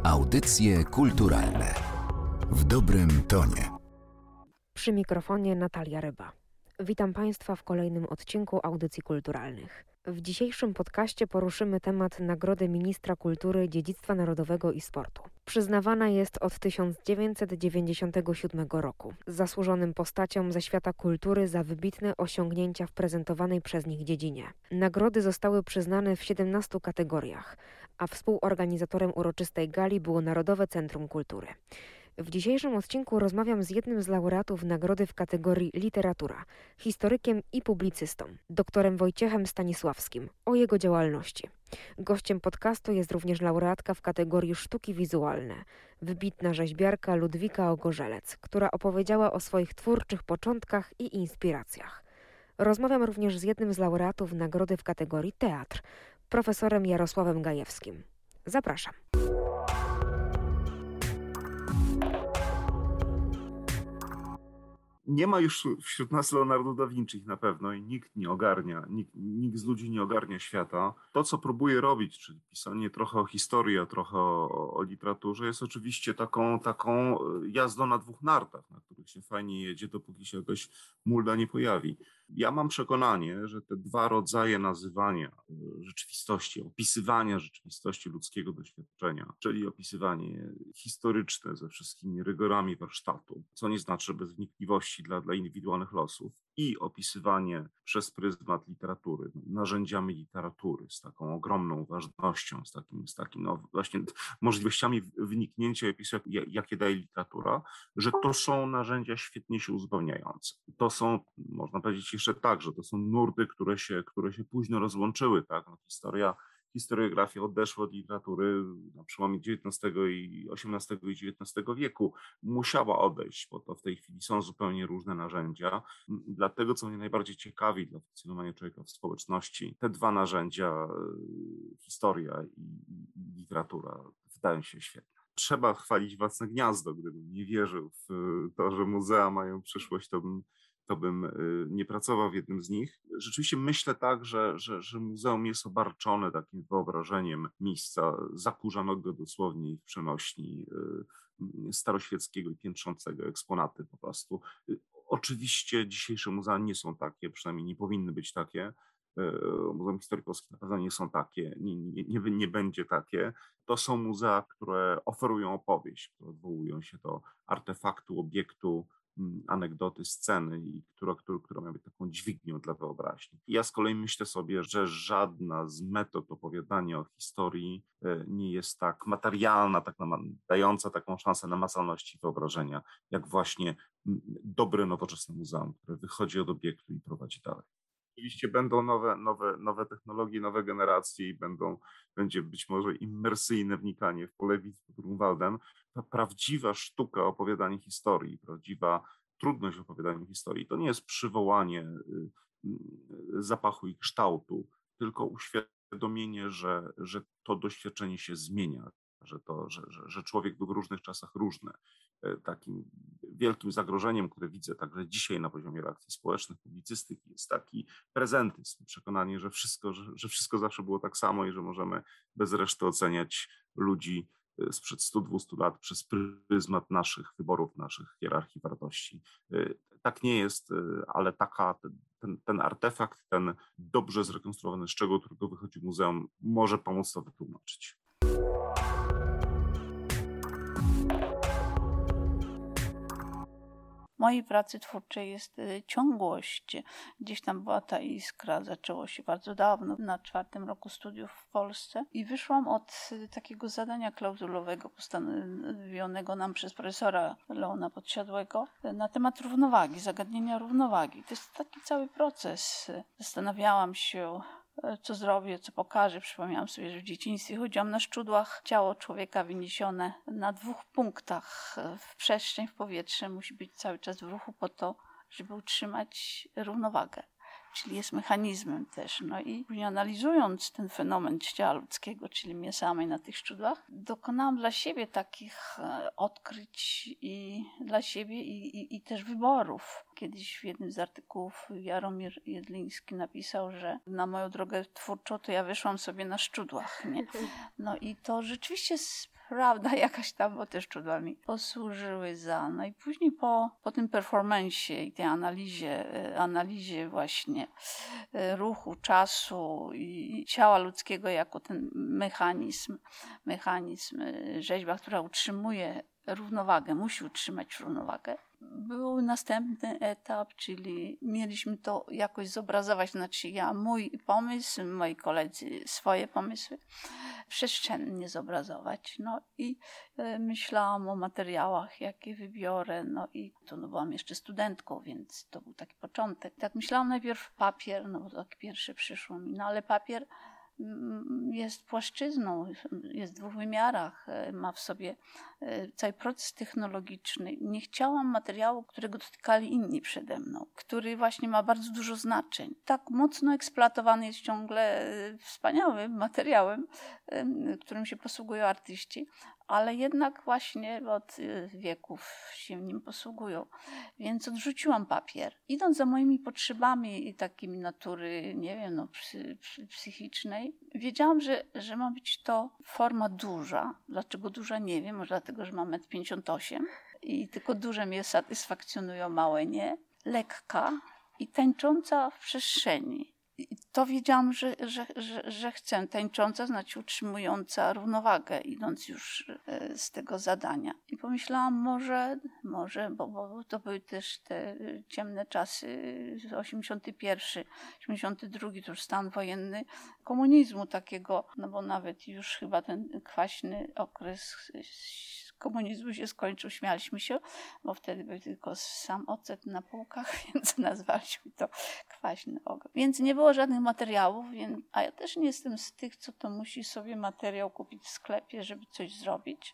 Audycje kulturalne w dobrym tonie. Przy mikrofonie Natalia Ryba. Witam Państwa w kolejnym odcinku Audycji Kulturalnych. W dzisiejszym podcaście poruszymy temat Nagrody Ministra Kultury, Dziedzictwa Narodowego i Sportu. Przyznawana jest od 1997 roku zasłużonym postaciom ze świata kultury za wybitne osiągnięcia w prezentowanej przez nich dziedzinie. Nagrody zostały przyznane w 17 kategoriach, a współorganizatorem uroczystej gali było Narodowe Centrum Kultury. W dzisiejszym odcinku rozmawiam z jednym z laureatów nagrody w kategorii literatura, historykiem i publicystą, doktorem Wojciechem Stanisławskim, o jego działalności. Gościem podcastu jest również laureatka w kategorii sztuki wizualne, wybitna rzeźbiarka Ludwika Ogorzelec, która opowiedziała o swoich twórczych początkach i inspiracjach. Rozmawiam również z jednym z laureatów nagrody w kategorii teatr, profesorem Jarosławem Gajewskim. Zapraszam. Nie ma już wśród nas Leonardo da Vinci na pewno i nikt nie ogarnia, nikt z ludzi nie ogarnia świata. To, co próbuje robić, czyli pisanie trochę o historii, a trochę o literaturze, jest oczywiście taką jazdą na dwóch nartach, na których się fajnie jedzie, dopóki się jakaś mulda nie pojawi. Ja mam przekonanie, że te dwa rodzaje nazywania rzeczywistości, opisywania rzeczywistości ludzkiego doświadczenia, czyli opisywanie historyczne ze wszystkimi rygorami warsztatu, co nie znaczy bez wnikliwości dla indywidualnych losów, i opisywanie przez pryzmat literatury, narzędziami literatury, z taką ogromną ważnością, z takim no właśnie możliwościami wniknięcia i opisu, jakie daje literatura, że to są narzędzia świetnie się uzupełniające. To są, można powiedzieć jeszcze tak, że to są nurty, które się późno rozłączyły, tak? No, historiografia odeszła od literatury na przełomie XIX i XVIII i XIX wieku. Musiała odejść, bo to w tej chwili są zupełnie różne narzędzia. Dlatego, co mnie najbardziej ciekawi dla funkcjonowania człowieka w społeczności, te dwa narzędzia, historia i literatura, wydają się świetne. Trzeba chwalić własne gniazdo. Gdybym nie wierzył w to, że muzea mają przyszłość, to bym nie pracował w jednym z nich. Rzeczywiście myślę tak, że muzeum jest obarczone takim wyobrażeniem miejsca zakurzonego dosłownie i w przenośni, staroświeckiego i piętrzącego eksponaty po prostu. Oczywiście dzisiejsze muzea nie są takie, przynajmniej nie powinny być takie. Muzeum Historii Polski na pewno nie są takie, nie będzie takie. To są muzea, które oferują opowieść, które odwołują się do artefaktu, obiektu, anegdoty, sceny, i która ma być taką dźwignią dla wyobraźni. Ja z kolei myślę sobie, że żadna z metod opowiadania o historii nie jest tak materialna, tak dająca taką szansę namacalności wyobrażenia, jak właśnie dobre, nowoczesne muzeum, które wychodzi od obiektu i prowadzi dalej. Oczywiście będą nowe technologie, nowe generacje i będzie być może immersyjne wnikanie w Polewicz pod Grunwaldem. Ta prawdziwa sztuka opowiadania historii, prawdziwa trudność opowiadania historii, to nie jest przywołanie zapachu i kształtu, tylko uświadomienie, że to doświadczenie się zmienia, że człowiek był w różnych czasach różny. Takim wielkim zagrożeniem, które widzę także dzisiaj na poziomie reakcji społecznych, publicystyki, jest taki prezentyzm, przekonanie, że wszystko zawsze było tak samo i że możemy bez reszty oceniać ludzi sprzed 100-200 lat przez pryzmat naszych wyborów, naszych hierarchii wartości. Tak nie jest, ale ten artefakt, ten dobrze zrekonstruowany szczegół, którego wychodzi muzeum, może pomóc to wytłumaczyć. W mojej pracy twórczej jest ciągłość. Gdzieś tam była ta iskra, zaczęło się bardzo dawno, na 4. roku studiów w Polsce, i wyszłam od takiego zadania klauzulowego postawionego nam przez profesora Leona Podsiadłego na temat równowagi, zagadnienia równowagi. To jest taki cały proces. Zastanawiałam się, co zrobię, co pokażę. Przypomniałam sobie, że w dzieciństwie chodziłam na szczudłach. Ciało człowieka wyniesione na 2 punktach w przestrzeń, w powietrze. Musi być cały czas w ruchu po to, żeby utrzymać równowagę. Czyli jest mechanizmem też. No i później analizując ten fenomen ciała ludzkiego, czyli mnie samej na tych szczudłach, dokonałam dla siebie takich odkryć i dla siebie i też wyborów. Kiedyś w jednym z artykułów Jaromir Jedliński napisał, że na moją drogę twórczą to ja wyszłam sobie na szczudłach. Nie? No i to rzeczywiście prawda jakaś tam, bo te szczudła mi posłużyły za. No i później po tym performance'ie i tej analizie właśnie ruchu, czasu i ciała ludzkiego jako ten mechanizm, rzeźba, która utrzymuje równowagę, musi utrzymać równowagę. Był następny etap, czyli mieliśmy to jakoś zobrazować, znaczy ja mój pomysł, moi koledzy swoje pomysły, przestrzennie zobrazować. No i myślałam o materiałach, jakie wybiorę, no i to byłam jeszcze studentką, więc to był taki początek. Tak myślałam najpierw papier, no bo to tak pierwsze przyszło mi, no ale papier jest płaszczyzną, jest w 2 wymiarach, ma w sobie cały proces technologiczny. Nie chciałam materiału, którego dotykali inni przede mną, który właśnie ma bardzo dużo znaczeń. Tak mocno eksploatowany jest ciągle wspaniałym materiałem, którym się posługują artyści, ale jednak właśnie od wieków się nim posługują. Więc odrzuciłam papier. Idąc za moimi potrzebami takimi natury, nie wiem, no, psychicznej, wiedziałam, że ma być to forma duża. Dlaczego duża? Nie wiem. Może dlatego, że mam 1,58 m i tylko duże mnie satysfakcjonują, małe nie. Lekka i tańcząca w przestrzeni. I to wiedziałam, że chcę. Tańcząca, znaczy utrzymująca równowagę, idąc już z tego zadania. I pomyślałam, może, bo to były też te ciemne czasy, 81, 82, to już stan wojenny, komunizmu takiego, no bo nawet już chyba ten kwaśny okres komunizmu się skończył, śmialiśmy się, bo wtedy był tylko sam ocet na półkach, więc nazwaliśmy to kwaśny ogród. Więc nie było żadnych materiałów, a ja też nie jestem z tych, co to musi sobie materiał kupić w sklepie, żeby coś zrobić.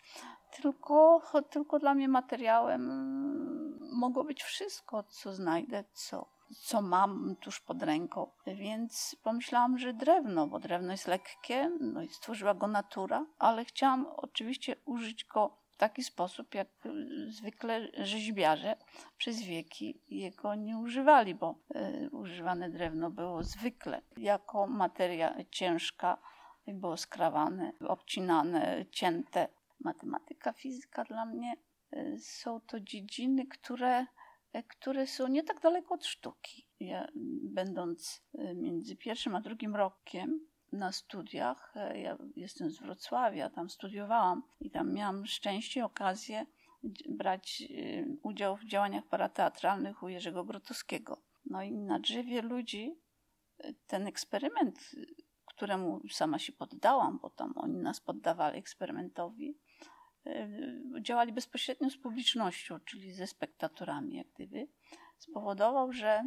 Tylko dla mnie materiałem mogło być wszystko, co znajdę, co mam tuż pod ręką. Więc pomyślałam, że drewno, bo drewno jest lekkie, no i stworzyła go natura, ale chciałam oczywiście użyć go w taki sposób, jak zwykle rzeźbiarze przez wieki jego nie używali, bo używane drewno było zwykle jako materia ciężka, było skrawane, obcinane, cięte. Matematyka, fizyka dla mnie są to dziedziny, które są nie tak daleko od sztuki. Ja, będąc między 1. a 2. rokiem na studiach, ja jestem z Wrocławia, tam studiowałam i tam miałam szczęście, okazję brać udział w działaniach parateatralnych u Jerzego Grotowskiego. No i na Drzewie Ludzi ten eksperyment, któremu sama się poddałam, bo tam oni nas poddawali eksperymentowi, działali bezpośrednio z publicznością, czyli ze spektatorami, jak gdyby, spowodował, że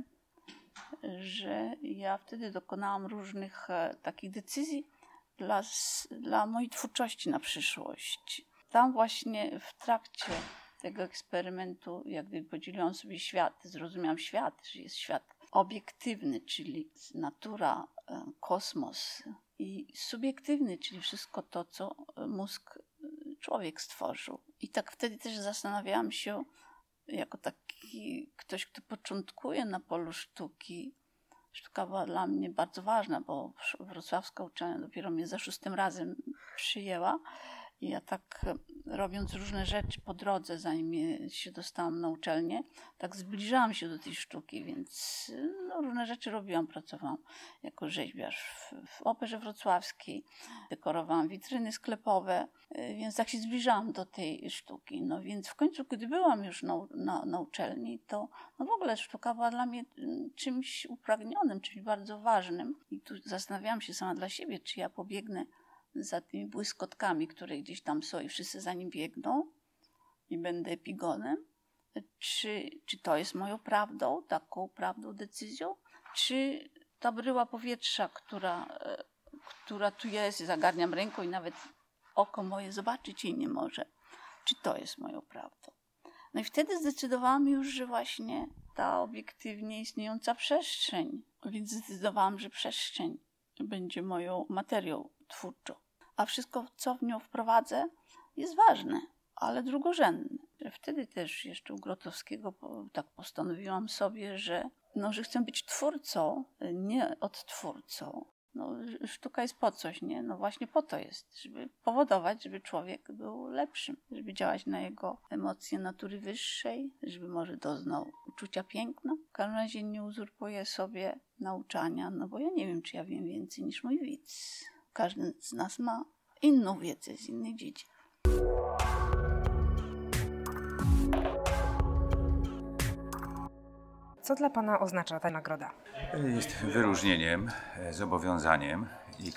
ja wtedy dokonałam różnych takich decyzji dla mojej twórczości na przyszłość. Tam właśnie w trakcie tego eksperymentu, jak gdyby podzieliłam sobie świat, zrozumiałam świat, że jest świat obiektywny, czyli natura, kosmos, i subiektywny, czyli wszystko to, co mózg człowiek stworzył. I tak wtedy też zastanawiałam się, jako taki ktoś, kto początkuje na polu sztuki. Sztuka była dla mnie bardzo ważna, bo wrocławska uczelnia dopiero mnie za 6. razem przyjęła. I ja tak robiąc różne rzeczy po drodze, zanim się dostałam na uczelnię, tak zbliżałam się do tej sztuki, więc różne rzeczy robiłam. Pracowałam jako rzeźbiarz w Operze Wrocławskiej, dekorowałam witryny sklepowe, więc tak się zbliżałam do tej sztuki. No więc w końcu, kiedy byłam już na uczelni, to w ogóle sztuka była dla mnie czymś upragnionym, czymś bardzo ważnym. I tu zastanawiałam się sama dla siebie, czy ja pobiegnę za tymi błyskotkami, które gdzieś tam są i wszyscy za nim biegną i będę epigonem, czy to jest moją prawdą, taką prawdą, decyzją, czy ta bryła powietrza, która tu jest, zagarniam ręką i nawet oko moje zobaczyć jej nie może, czy to jest moją prawdą. No i wtedy zdecydowałam już, że właśnie ta obiektywnie istniejąca przestrzeń, więc zdecydowałam, że przestrzeń będzie moją materią twórczą. A wszystko, co w nią wprowadzę, jest ważne, ale drugorzędne. Wtedy też jeszcze u Grotowskiego tak postanowiłam sobie, że chcę być twórcą, nie odtwórcą. No, sztuka jest po coś, nie? No właśnie po to jest, żeby powodować, żeby człowiek był lepszym, żeby działać na jego emocje natury wyższej, żeby może doznał uczucia piękna. W każdym razie nie uzurpuję sobie nauczania, no bo ja nie wiem, czy ja wiem więcej niż mój widz. Każdy z nas ma inną wiedzę z innych dziedzin. Co dla pana oznacza ta nagroda? Jest wyróżnieniem, zobowiązaniem i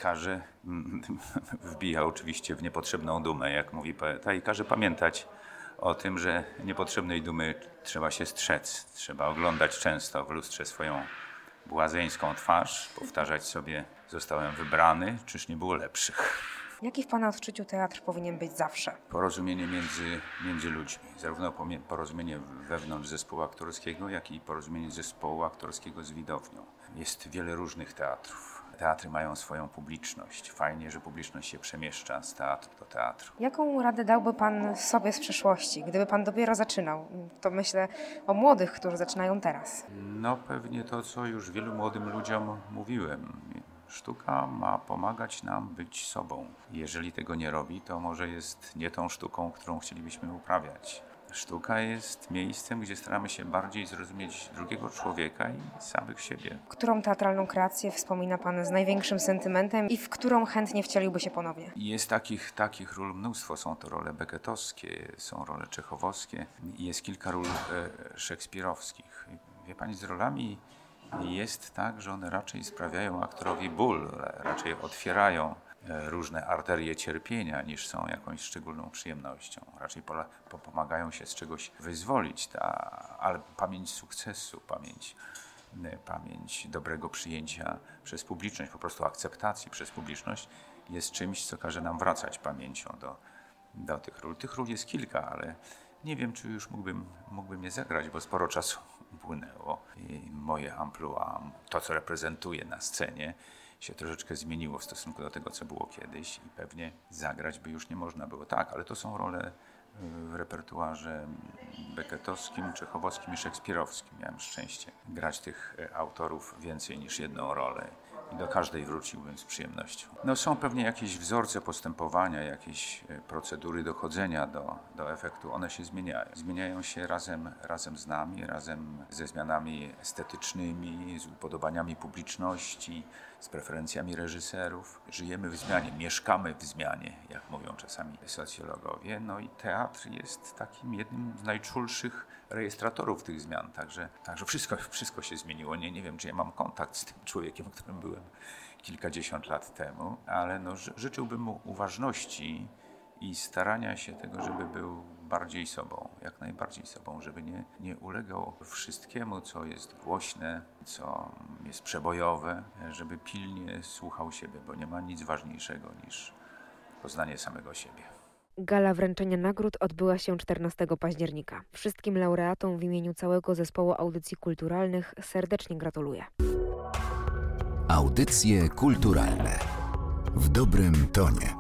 wbija oczywiście w niepotrzebną dumę, jak mówi poeta, i każe pamiętać o tym, że niepotrzebnej dumy trzeba się strzec. Trzeba oglądać często w lustrze swoją błazeńską twarz, powtarzać sobie: zostałem wybrany, czyż nie było lepszych. Jaki w pana odczuciu teatr powinien być zawsze? Porozumienie między ludźmi, zarówno porozumienie wewnątrz zespołu aktorskiego, jak i porozumienie zespołu aktorskiego z widownią. Jest wiele różnych teatrów. Teatry mają swoją publiczność. Fajnie, że publiczność się przemieszcza z teatru do teatru. Jaką radę dałby pan sobie z przeszłości, gdyby pan dopiero zaczynał? To myślę o młodych, którzy zaczynają teraz. No pewnie to, co już wielu młodym ludziom mówiłem. Sztuka ma pomagać nam być sobą. Jeżeli tego nie robi, to może jest nie tą sztuką, którą chcielibyśmy uprawiać. Sztuka jest miejscem, gdzie staramy się bardziej zrozumieć drugiego człowieka i samych siebie. Którą teatralną kreację wspomina pan z największym sentymentem i w którą chętnie wcieliłby się ponownie? Jest takich ról mnóstwo. Są to role becketowskie, są role czechowskie i jest kilka ról szekspirowskich. Wie pani, z rolami jest tak, że one raczej sprawiają aktorowi ból, raczej otwierają różne arterie cierpienia, niż są jakąś szczególną przyjemnością. Raczej pomagają się z czegoś wyzwolić, ale pamięć sukcesu, pamięć dobrego przyjęcia przez publiczność, po prostu akceptacji przez publiczność jest czymś, co każe nam wracać pamięcią do tych ról. Tych ról jest kilka, ale nie wiem, czy już mógłbym je zagrać, bo sporo czasu upłynęło i moje amplua, to co reprezentuję na scenie, się troszeczkę zmieniło w stosunku do tego, co było kiedyś i pewnie zagrać by już nie można było. Tak, ale to są role w repertuarze becketowskim, czechowskim i szekspirowskim. Miałem szczęście grać tych autorów więcej niż jedną rolę i do każdej wróciłbym z przyjemnością. No, są pewnie jakieś wzorce postępowania, jakieś procedury dochodzenia do efektu. One się zmieniają. Zmieniają się razem z nami, razem ze zmianami estetycznymi, z upodobaniami publiczności, z preferencjami reżyserów. Żyjemy w zmianie, mieszkamy w zmianie, jak mówią czasami socjologowie. No i teatr jest takim jednym z najczulszych rejestratorów tych zmian. Także wszystko się zmieniło. Nie wiem, czy ja mam kontakt z tym człowiekiem, którym byłem kilkadziesiąt lat temu, ale życzyłbym mu uważności i starania się tego, żeby był bardziej sobą, jak najbardziej sobą, żeby nie ulegał wszystkiemu, co jest głośne, co jest przebojowe, żeby pilnie słuchał siebie, bo nie ma nic ważniejszego niż poznanie samego siebie. Gala wręczenia nagród odbyła się 14 października. Wszystkim laureatom w imieniu całego zespołu audycji kulturalnych serdecznie gratuluję. Audycje kulturalne w dobrym tonie.